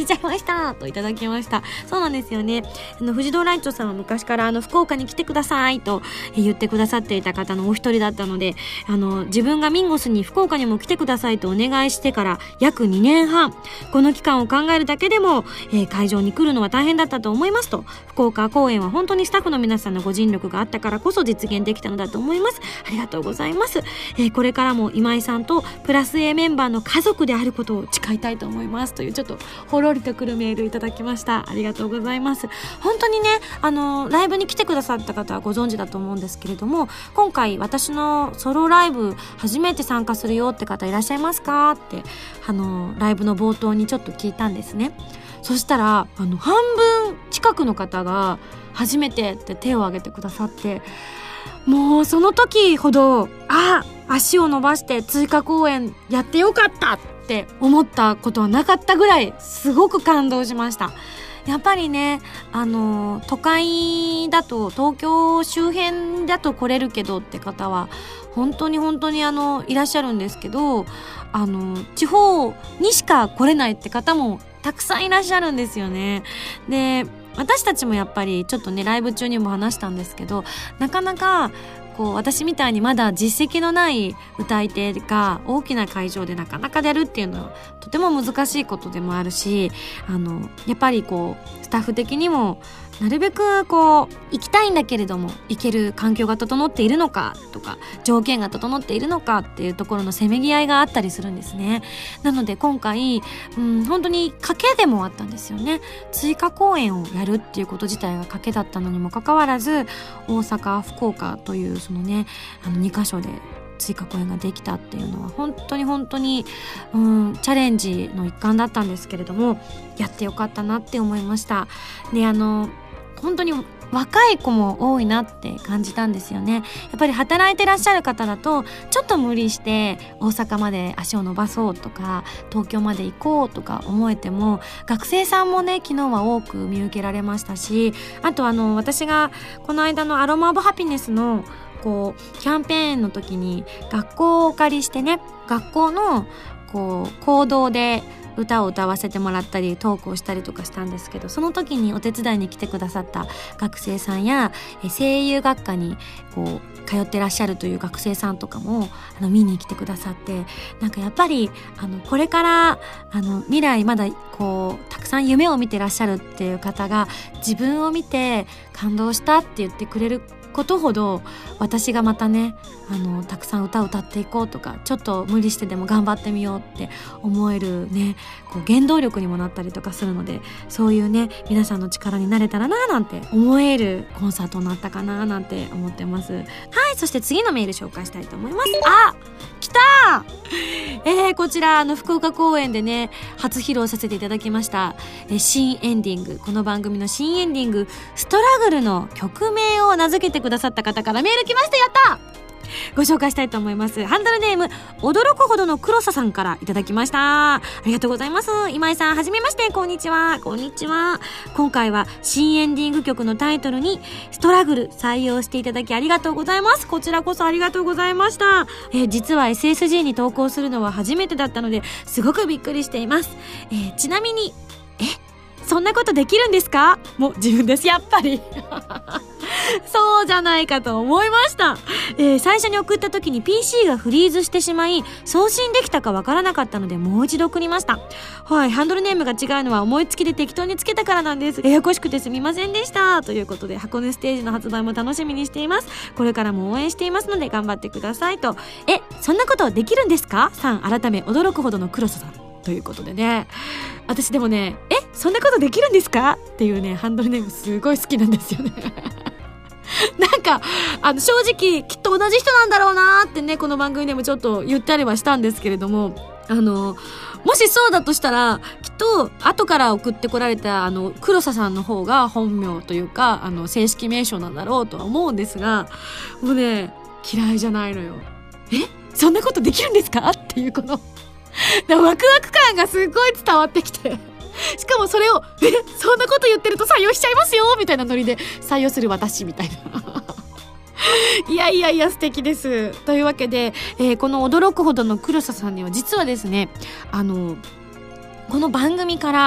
ちゃいましたといただきました。そうなんですよね。藤堂ライチョさんは昔から福岡に来てくださいと言ってくださっていた方のお一人だったので、自分がミンゴスに福岡にも来てくださいとお願いしてから約2年半、この期間を考えるだけでも、会場に来るのは大変だったと思いますと。福岡公演は本当にスタッフの皆さんのご尽力があったからこそ実現できたのだと思います。ありがとうございます。これからも今井さんとプラス A メンバーの家族であることを誓いたいと思いますという、ちょっとほろりとくるメールいただきました。ありがとうございます。本当にね、ライブに来てくださった方はご存知だと思うんですけれども、今回私のソロライブ初めて参加するよって方いらっしゃいますかってライブの冒頭にちょっと聞いたんですね。そしたら半分近くの方が初めてって手を挙げてくださって、もうその時ほど足を伸ばして追加公演やってよかったって思ったことはなかったぐらいすごく感動しました。やっぱりね、都会だと東京周辺だと来れるけどって方は本当にいらっしゃるんですけど、地方にしか来れないって方もたくさんいらっしゃるんですよね。で、私たちもやっぱりちょっとね、ライブ中にも話したんですけど、なかなか私みたいにまだ実績のない歌い手が大きな会場でなかなかやるっていうのはとても難しいことでもあるし、やっぱりスタッフ的にもなるべく行きたいんだけれども行ける環境が整っているのかとか条件が整っているのかっていうところのせめぎ合いがあったりするんですね。なので今回、本当に賭けでもあったんですよね。追加公演をやるっていうこと自体が賭けだったのにもかかわらず、大阪福岡というそのね2カ所で追加公演ができたっていうのは本当にチャレンジの一環だったんですけれども、やってよかったなって思いました。で、本当に若い子も多いなって感じたんですよね。やっぱり働いてらっしゃる方だとちょっと無理して大阪まで足を伸ばそうとか東京まで行こうとか思えても、学生さんもね昨日は多く見受けられましたし、あと私がこの間のアロマオブハピネスのキャンペーンの時に学校をお借りしてね、学校の講堂で歌を歌わせてもらったりトークをしたりとかしたんですけど、その時にお手伝いに来てくださった学生さんや声優学科に通ってらっしゃるという学生さんとかも見に来てくださって、なんかやっぱりこれから未来まだたくさん夢を見てらっしゃるっていう方が自分を見て感動したって言ってくれることほど、私がまたねたくさん歌を歌っていこうとか、ちょっと無理してでも頑張ってみようって思えるね原動力にもなったりとかするので、そういうね皆さんの力になれたらななんて思えるコンサートになったかななんて思ってます。はい、そして次のメール紹介したいと思います。来たこちら福岡公演でね初披露させていただきました新エンディング、この番組の新エンディングストラグルの曲名を名付けてくださった方からメール来ました。やったご紹介したいと思います。ハンドルネーム驚くほどの黒ささんからいただきました。ありがとうございます。今井さんはじめまして、こんにちは。こんにちは。今回は新エンディング曲のタイトルにストラグル採用していただきありがとうございます。こちらこそありがとうございました。実は SSG に投稿するのは初めてだったのですごくびっくりしています。ちなみにそんなことできるんですか？もう自分です。やっぱりそうじゃないかと思いました。最初に送った時に PC がフリーズしてしまい送信できたかわからなかったのでもう一度送りました。はい、ハンドルネームが違うのは思いつきで適当につけたからなんです。ややこしくてすみませんでしたということで、箱根ステージの発売も楽しみにしています。これからも応援していますので頑張ってくださいと。そんなことできるんですか？さん改め驚くほどの黒ささんということでね、私でもねそんなことできるんですかっていうねハンドルネームすごい好きなんですよねなんか正直きっと同じ人なんだろうなってねこの番組でもちょっと言ったりはしたんですけれども、もしそうだとしたらきっと後から送ってこられた黒沢さんの方が本名というか正式名称なんだろうとは思うんですが、もうね嫌いじゃないのよ。そんなことできるんですかっていうこのワクワク感がすごい伝わってきて、しかもそれをそんなこと言ってると採用しちゃいますよみたいなノリで採用する私みたいないや素敵です。というわけで、この驚くほどの黒沢さんには実はですねこの番組から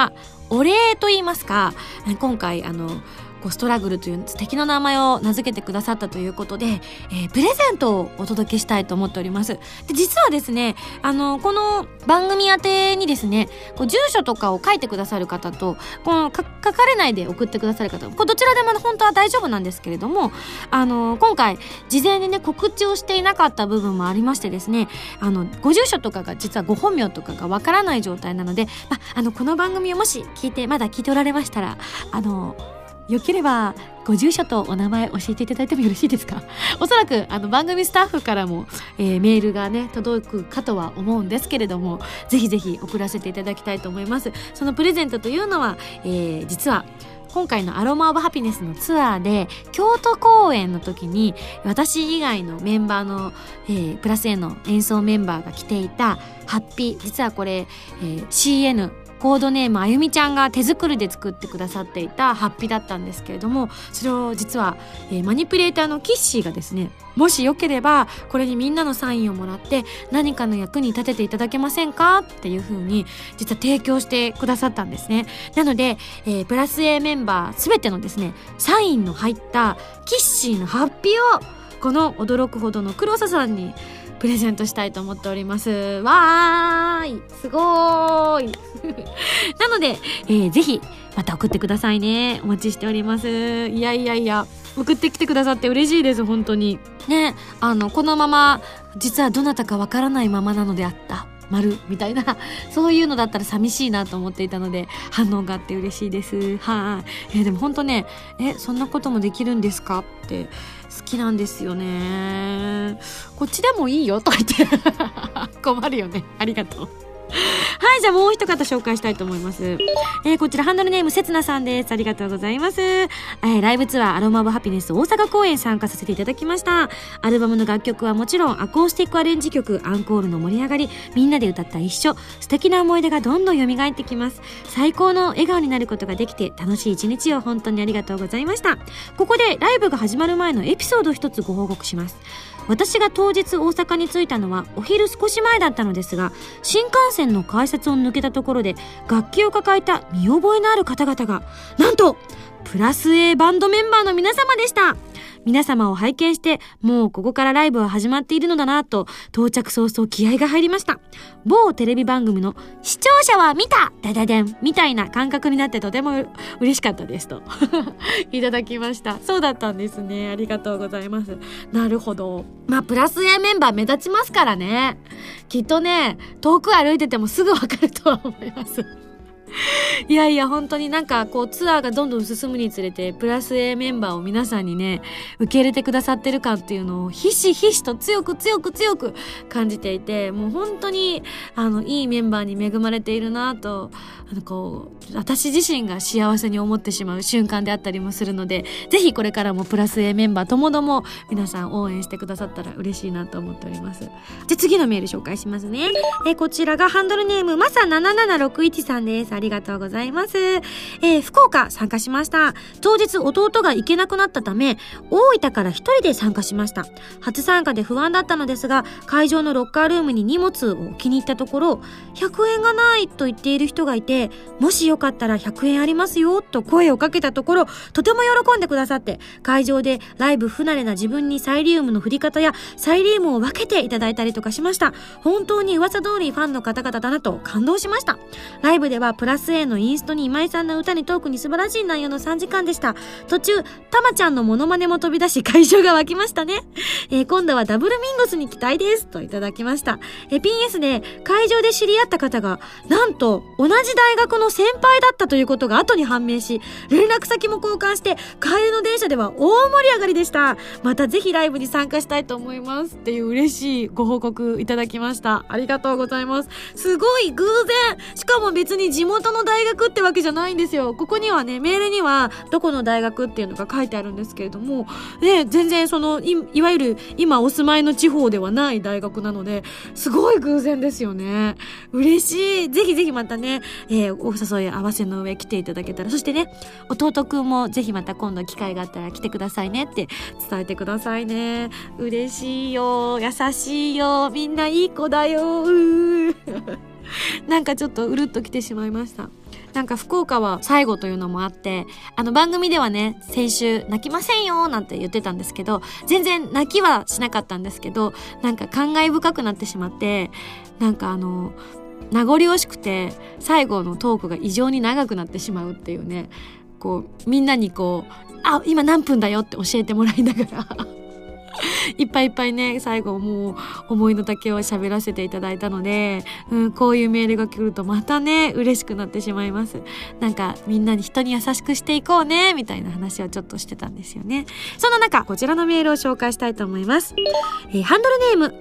お礼と言いますか、今回ストラグルという素敵な名前を名付けてくださったということで、プレゼントをお届けしたいと思っております。で、実はですね、この番組宛てにですね、住所とかを書いてくださる方と、書かれないで送ってくださる方、どちらでも本当は大丈夫なんですけれども、今回事前にね告知をしていなかった部分もありましてですね、ご住所とかが実はご本名とかがわからない状態なので、この番組をもしまだ聞いておられましたら、よければご住所とお名前教えていただいてもよろしいですか？おそらく番組スタッフからも、メールがね届くかとは思うんですけれども、ぜひぜひ送らせていただきたいと思います。そのプレゼントというのは、実は今回のアロマオブハピネスのツアーで京都公演の時に私以外のメンバーの、プラス A の演奏メンバーが着ていたハッピー、実はこれ、CNコードネームあゆみちゃんが手作りで作ってくださっていたハッピーだったんですけれども、それを実は、マニピュレーターのキッシーがですね、もしよければこれにみんなのサインをもらって何かの役に立てていただけませんかっていう風に実は提供してくださったんですね。なので、プラス A メンバーすべてのですねサインの入ったキッシーのハッピーをこの驚くほどの黒佐さんにプレゼントしたいと思っております。わーい、すごーいなので、ぜひまた送ってくださいね。お待ちしております。いや送ってきてくださって嬉しいです。本当にね、このまま実はどなたかわからないままなのであった丸みたいな、そういうのだったら寂しいなと思っていたので反応があって嬉しいです。はい。でも本当ね、そんなこともできるんですかって好きなんですよね。こっちでもいいよとか言って困るよね。ありがとう。はい、じゃあもう一方紹介したいと思います。こちらハンドルネームせつなさんです。ありがとうございます。ライブツアーアロマオブハピネス大阪公演参加させていただきました。アルバムの楽曲はもちろんアコースティックアレンジ曲、アンコールの盛り上がり、みんなで歌った一緒、素敵な思い出がどんどん蘇ってきます。最高の笑顔になることができて楽しい一日を本当にありがとうございました。ここでライブが始まる前のエピソードを一つご報告します。私が当日大阪に着いたのはお昼少し前だったのですが、新幹線の改札を抜けたところで楽器を抱えた見覚えのある方々が、なんとプラス A バンドメンバーの皆様でした。皆様を拝見して、もうここからライブは始まっているのだなと到着早々気合が入りました。某テレビ番組の視聴者は見たダダデンみたいな感覚になってとても嬉しかったですといただきました。そうだったんですね。ありがとうございます。なるほど。プラス A メンバー目立ちますからね。きっとね、遠く歩いててもすぐわかるとは思いますいや本当にツアーがどんどん進むにつれてプラス A メンバーを皆さんにね受け入れてくださってるかっていうのをひしひしと強く感じていて、もう本当にいいメンバーに恵まれているなと私自身が幸せに思ってしまう瞬間であったりもするので、ぜひこれからもプラス A メンバーともども皆さん応援してくださったら嬉しいなと思っております。じゃ次のメール紹介しますね。こちらがハンドルネームまさ7761さんです。ありがとうございます。福岡参加しました。当日弟が行けなくなったため大分から一人で参加しました。初参加で不安だったのですが、会場のロッカールームに荷物を置きに行ったところ、100円がないと言っている人がいて、もしよかったら100円ありますよと声をかけたところ、とても喜んでくださって、会場でライブ不慣れな自分にサイリウムの振り方やサイリウムを分けていただいたりとかしました。本当に噂通りファンの方々だなと感動しました。ライブではプラス A のインストに今井さんの歌にトークに素晴らしい内容の3時間でした。途中たまちゃんのモノマネも飛び出し会場が沸きましたね。今度はダブルミンゴスに期待ですといただきました。PS で会場で知り合った方がなんと同じ大学の先輩だったということが後に判明し、連絡先も交換して帰りの電車では大盛り上がりでした。またぜひライブに参加したいと思いますっていう嬉しいご報告いただきました。ありがとうございます。すごい偶然、しかも別に地元の大学ってわけじゃないんですよ。ここにはね、メールにはどこの大学っていうのが書いてあるんですけれどもね、全然いわゆる今お住まいの地方ではない大学なので、すごい偶然ですよね。嬉しい。ぜひぜひまたね、お誘い合わせの上来ていただけたら、そしてね、弟くんもぜひまた今度機会があったら来てくださいねって伝えてくださいね。嬉しいよ、優しいよ、みんないい子だよなんかちょっとうるっと来てしまいました。 なんか福岡は最後というのもあって、番組ではね、先週泣きませんよなんて言ってたんですけど、全然泣きはしなかったんですけど、なんか感慨深くなってしまって、なんか名残惜しくて最後のトークが異常に長くなってしまうっていうね、こうみんなにこう今何分だよって教えてもらいながらいっぱいいっぱいね、最後もう思いの丈を喋らせていただいたので、こういうメールが来るとまたね嬉しくなってしまいます。なんかみんなに人に優しくしていこうねみたいな話をちょっとしてたんですよね。その中、こちらのメールを紹介したいと思います。ハンドルネーム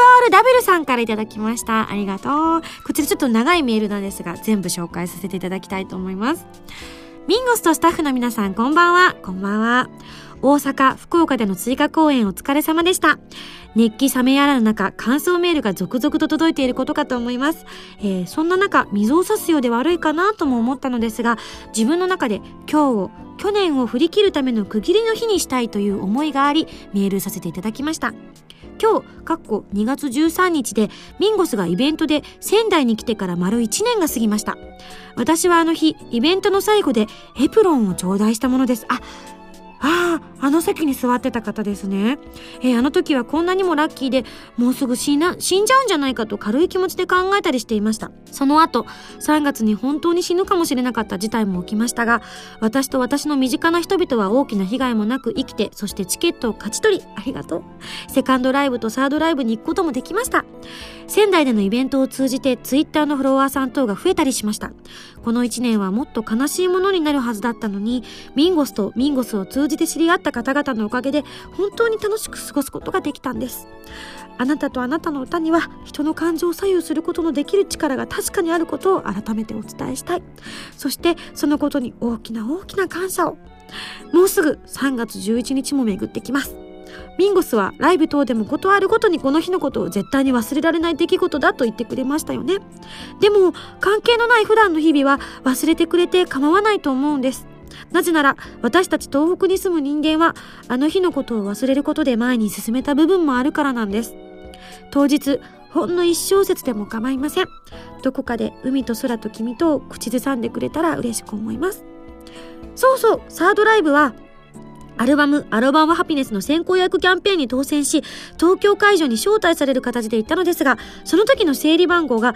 RRW さんからいただきました。ありがとう。こちらちょっと長いメールなんですが、全部紹介させていただきたいと思います。ミンゴスとスタッフの皆さん、こんばんは。こんばんは。大阪、福岡での追加公演お疲れ様でした。熱気冷めやらぬ中、感想メールが続々と届いていることかと思います。そんな中、水を差すようで悪いかなとも思ったのですが、自分の中で去年を振り切るための区切りの日にしたいという思いがあり、メールさせていただきました。今日、2月13日でミンゴスがイベントで仙台に来てから丸1年が過ぎました。私はあの日、イベントの最後でエプロンを頂戴したものです。あの席に座ってた方ですね。あの時はこんなにもラッキーで、もうすぐ死んじゃうんじゃないかと軽い気持ちで考えたりしていました。その後、3月に本当に死ぬかもしれなかった事態も起きましたが、私と私の身近な人々は大きな被害もなく生きて、そしてチケットを勝ち取り、ありがとう。セカンドライブとサードライブに行くこともできました。仙台でのイベントを通じて、ツイッターのフォロワーさん等が増えたりしました。この1年はもっと悲しいものになるはずだったのに、ミンゴスとミンゴスを通じて知り合った方々のおかげで本当に楽しく過ごすことができたんです。あなたとあなたの歌には人の感情を左右することのできる力が確かにあることを改めてお伝えしたい。そしてそのことに大きな感謝を。もうすぐ3月11日も巡ってきます。ミンゴスはライブ等でもことあるごとにこの日のことを絶対に忘れられない出来事だと言ってくれましたよね。でも関係のない普段の日々は忘れてくれて構わないと思うんです。なぜなら私たち東北に住む人間はあの日のことを忘れることで前に進めた部分もあるからなんです。当日ほんの一小節でも構いません。どこかで海と空と君とを口ずさんでくれたら嬉しく思います。そうそう、サードライブはアルバムハピネスの先行予約キャンペーンに当選し、東京会場に招待される形で行ったのですが、その時の整理番号が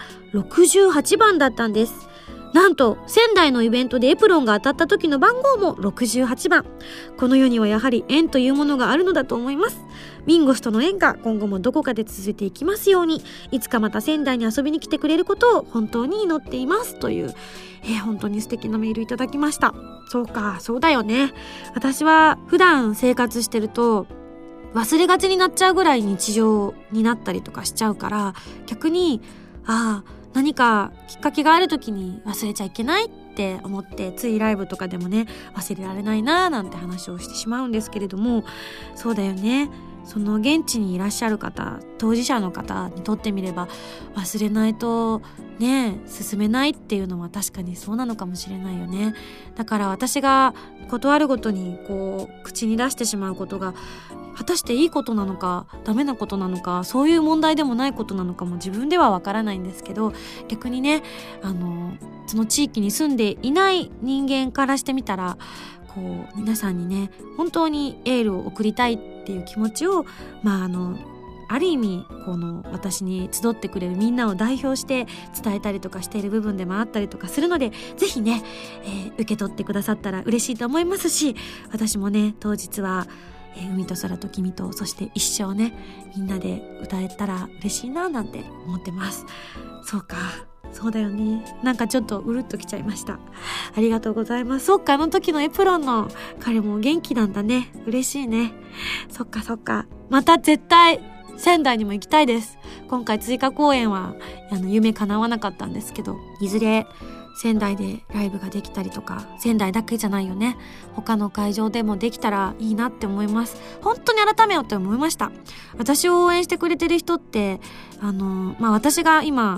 68番だったんです。なんと仙台のイベントでエプロンが当たった時の番号も68番。この世にはやはり縁というものがあるのだと思います。ミンゴスとの縁が今後もどこかで続いていきますように、いつかまた仙台に遊びに来てくれることを本当に祈っていますという、本当に素敵なメールいただきました。そうか、そうだよね。私は普段生活してると忘れがちになっちゃうぐらい日常になったりとかしちゃうから、逆に何かきっかけがある時に忘れちゃいけないって思って、ついライブとかでもね、忘れられないなーなんて話をしてしまうんですけれども、そうだよね。その現地にいらっしゃる方、当事者の方にとってみれば、忘れないとね進めないっていうのは確かにそうなのかもしれないよね。だから私がことあるごとに口に出してしまうことが果たしていいことなのかダメなことなのか、そういう問題でもないことなのかも自分ではわからないんですけど、逆にねその地域に住んでいない人間からしてみたら、皆さんにね本当にエールを送りたいっていう気持ちをある意味私に集ってくれるみんなを代表して伝えたりとかしている部分でもあったりとかするので、ぜひね、受け取ってくださったら嬉しいと思いますし、私もね当日は海と空と君と、そして一生ねみんなで歌えたら嬉しいななんて思ってます。そうか、そうだよね。なんかちょっとうるっときちゃいました。ありがとうございます。そっか、あの時のエプロンの彼も元気なんだね。嬉しいね。そっか。また絶対仙台にも行きたいです。今回追加公演は夢叶わなかったんですけど、いずれ仙台でライブができたりとか、仙台だけじゃないよね、他の会場でもできたらいいなって思います。本当に改めようって思いました。私を応援してくれてる人って私が今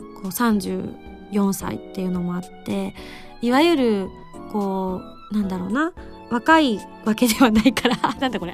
34歳っていうのもあって、いわゆる若いわけではないからなんだこれ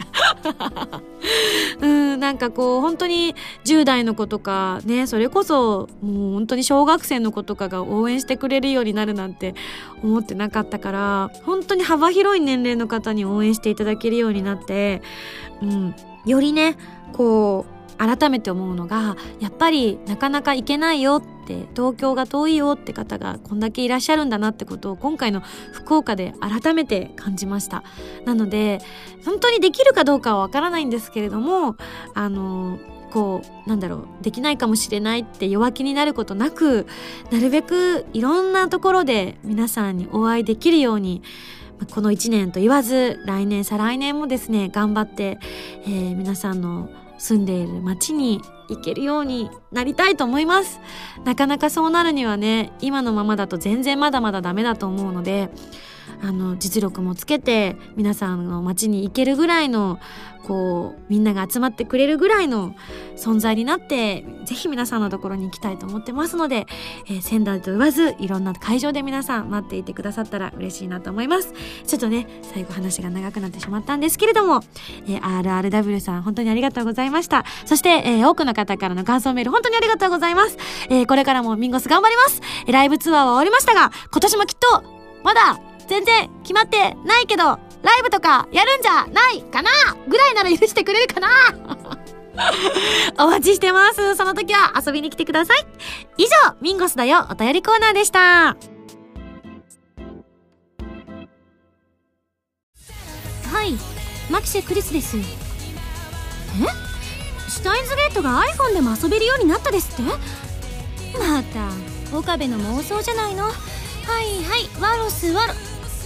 なんかこう本当に10代の子とかね、それこそもう本当に小学生の子とかが応援してくれるようになるなんて思ってなかったから、本当に幅広い年齢の方に応援していただけるようになって、よりねこう改めて思うのが、やっぱりなかなか行けないよって、東京が遠いよって方がこんだけいらっしゃるんだなってことを今回の福岡で改めて感じました。なので本当にできるかどうかはわからないんですけれども、こうなんだろう、できないかもしれないって弱気になることなく、なるべくいろんなところで皆さんにお会いできるように、この1年と言わず来年再来年もですね頑張って、皆さんの住んでいる町に行けるようになりたいと思います。なかなかそうなるにはね、今のままだと全然まだまだダメだと思うので、実力もつけて皆さんの町に行けるぐらいのこうみんなが集まってくれるぐらいの存在になって、ぜひ皆さんのところに行きたいと思ってますので、仙台と言わずいろんな会場で皆さん待っていてくださったら嬉しいなと思います。ちょっとね最後話が長くなってしまったんですけれども、RRW さん本当にありがとうございました。そして、多くの方からの感想メール本当にありがとうございます。これからもミンゴス頑張ります。ライブツアーは終わりましたが、今年もきっとまだ全然決まってないけどライブとかやるんじゃないかなぐらいなら許してくれるかなお待ちしてます。その時は遊びに来てください。以上、ミンゴスだよお便りコーナーでした。はい、マキシェクリスです。シュタインズゲートが iPhone でも遊べるようになったですって。また岡部の妄想じゃないの。はいはい、ワロスワロ、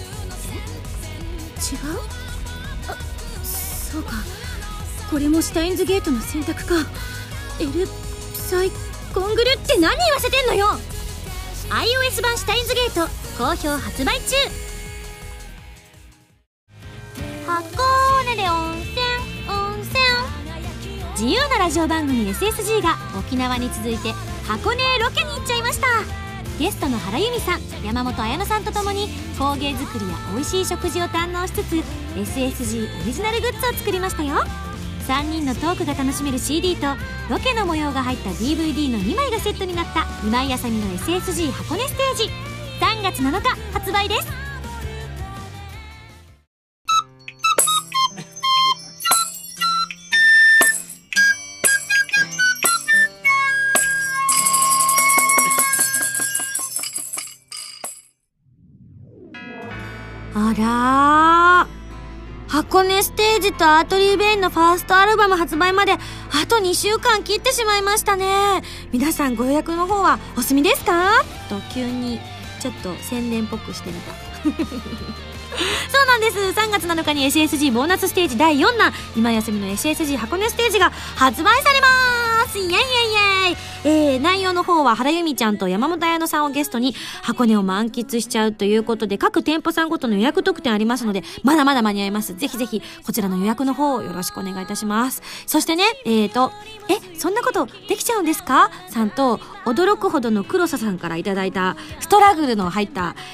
違う？あ、そうか、これもシュタインズゲートの選択か。エルサイコングルって何言わせてんのよ。 iOS 版シュタインズゲート好評発売中。箱根で温泉自由なラジオ番組 SSG が沖縄に続いて箱根へロケに行っちゃいました。ゲストの原由美さん、山本彩乃さんとともに工芸作りや美味しい食事を堪能しつつ SSG オリジナルグッズを作りましたよ。3人のトークが楽しめる CD とロケの模様が入った DVD の2枚がセットになった今井あさみの SSG 箱根ステージ、3月7日発売です。あらー、箱根ステージとアートリー・ベインのファーストアルバム発売まであと2週間切ってしまいましたね。皆さんご予約の方はお済みですか？と急にちょっと宣伝っぽくしてみたそうなんです。3月7日に SSG ボーナスステージ第4弾今休みの SSG 箱根ステージが発売されます。イエイイエイイエイ。内容の方は原由美ちゃんと山本彩乃さんをゲストに箱根を満喫しちゃうということで、各店舗さんごとの予約特典ありますのでまだまだ間に合います。ぜひぜひこちらの予約の方をよろしくお願いいたします。そしてねそんなことできちゃうんですかさんと驚くほどの黒沢さんからいただいたストラグルの入った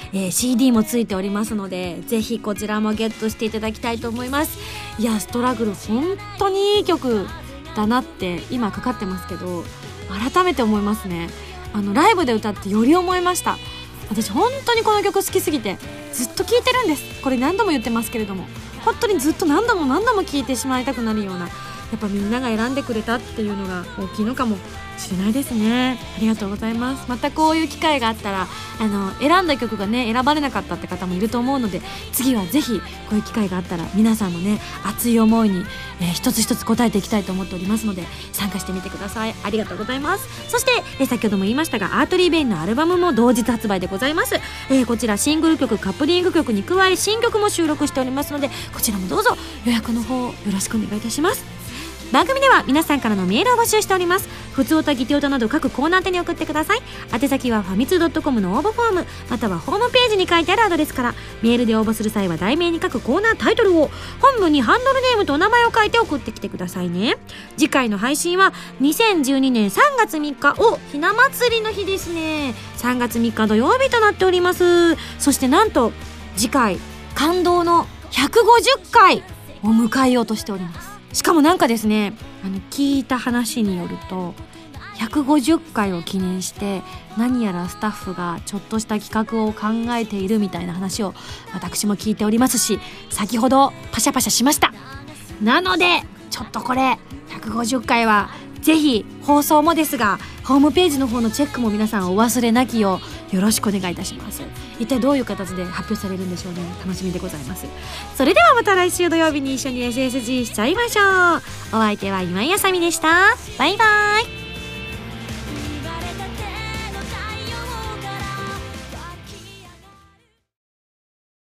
、CD もついておりますので、ぜひこちらもゲットしていただきたいと思います。いやストラグル本当にいい曲だなって今かかってますけど改めて思いますね。ライブで歌ってより思いました。私本当にこの曲好きすぎてずっと聴いてるんです。これ何度も言ってますけれども本当にずっと何度も聴いてしまいたくなるような、やっぱみんなが選んでくれたっていうのが大きいのかもしれないですね。ありがとうございます。またこういう機会があったら選んだ曲がね選ばれなかったって方もいると思うので、次はぜひこういう機会があったら皆さんのね熱い思いに、一つ一つ答えていきたいと思っておりますので参加してみてください。ありがとうございます。そして、先ほども言いましたがアートリー・ベインのアルバムも同日発売でございます。こちらシングル曲カップリング曲に加え新曲も収録しておりますので、こちらもどうぞ予約の方よろしくお願いいたします。番組では皆さんからのメールを募集しております。ふつおたぎておたなど各コーナー宛てに送ってください。宛先はファミツー .com の応募フォームまたはホームページに書いてあるアドレスから。メールで応募する際は題名に書くコーナータイトルを、本文にハンドルネームとお名前を書いて送ってきてくださいね。次回の配信は2012年3月3日ひな祭りの日ですね。3月3日土曜日となっております。そしてなんと次回感動の 150回を迎えようとしております。しかもなんかですね、聞いた話によると150回を記念して何やらスタッフがちょっとした企画を考えているみたいな話を私も聞いておりますし、先ほどパシャパシャしました。なのでちょっとこれ150回はぜひ放送もですがホームページの方のチェックも皆さんお忘れなきようよろしくお願いいたします。一体どういう形で発表されるんでしょうね。楽しみでございます。それではまた来週土曜日に一緒に SSG しちゃいましょう。お相手は今井あさみでした。バイバイ。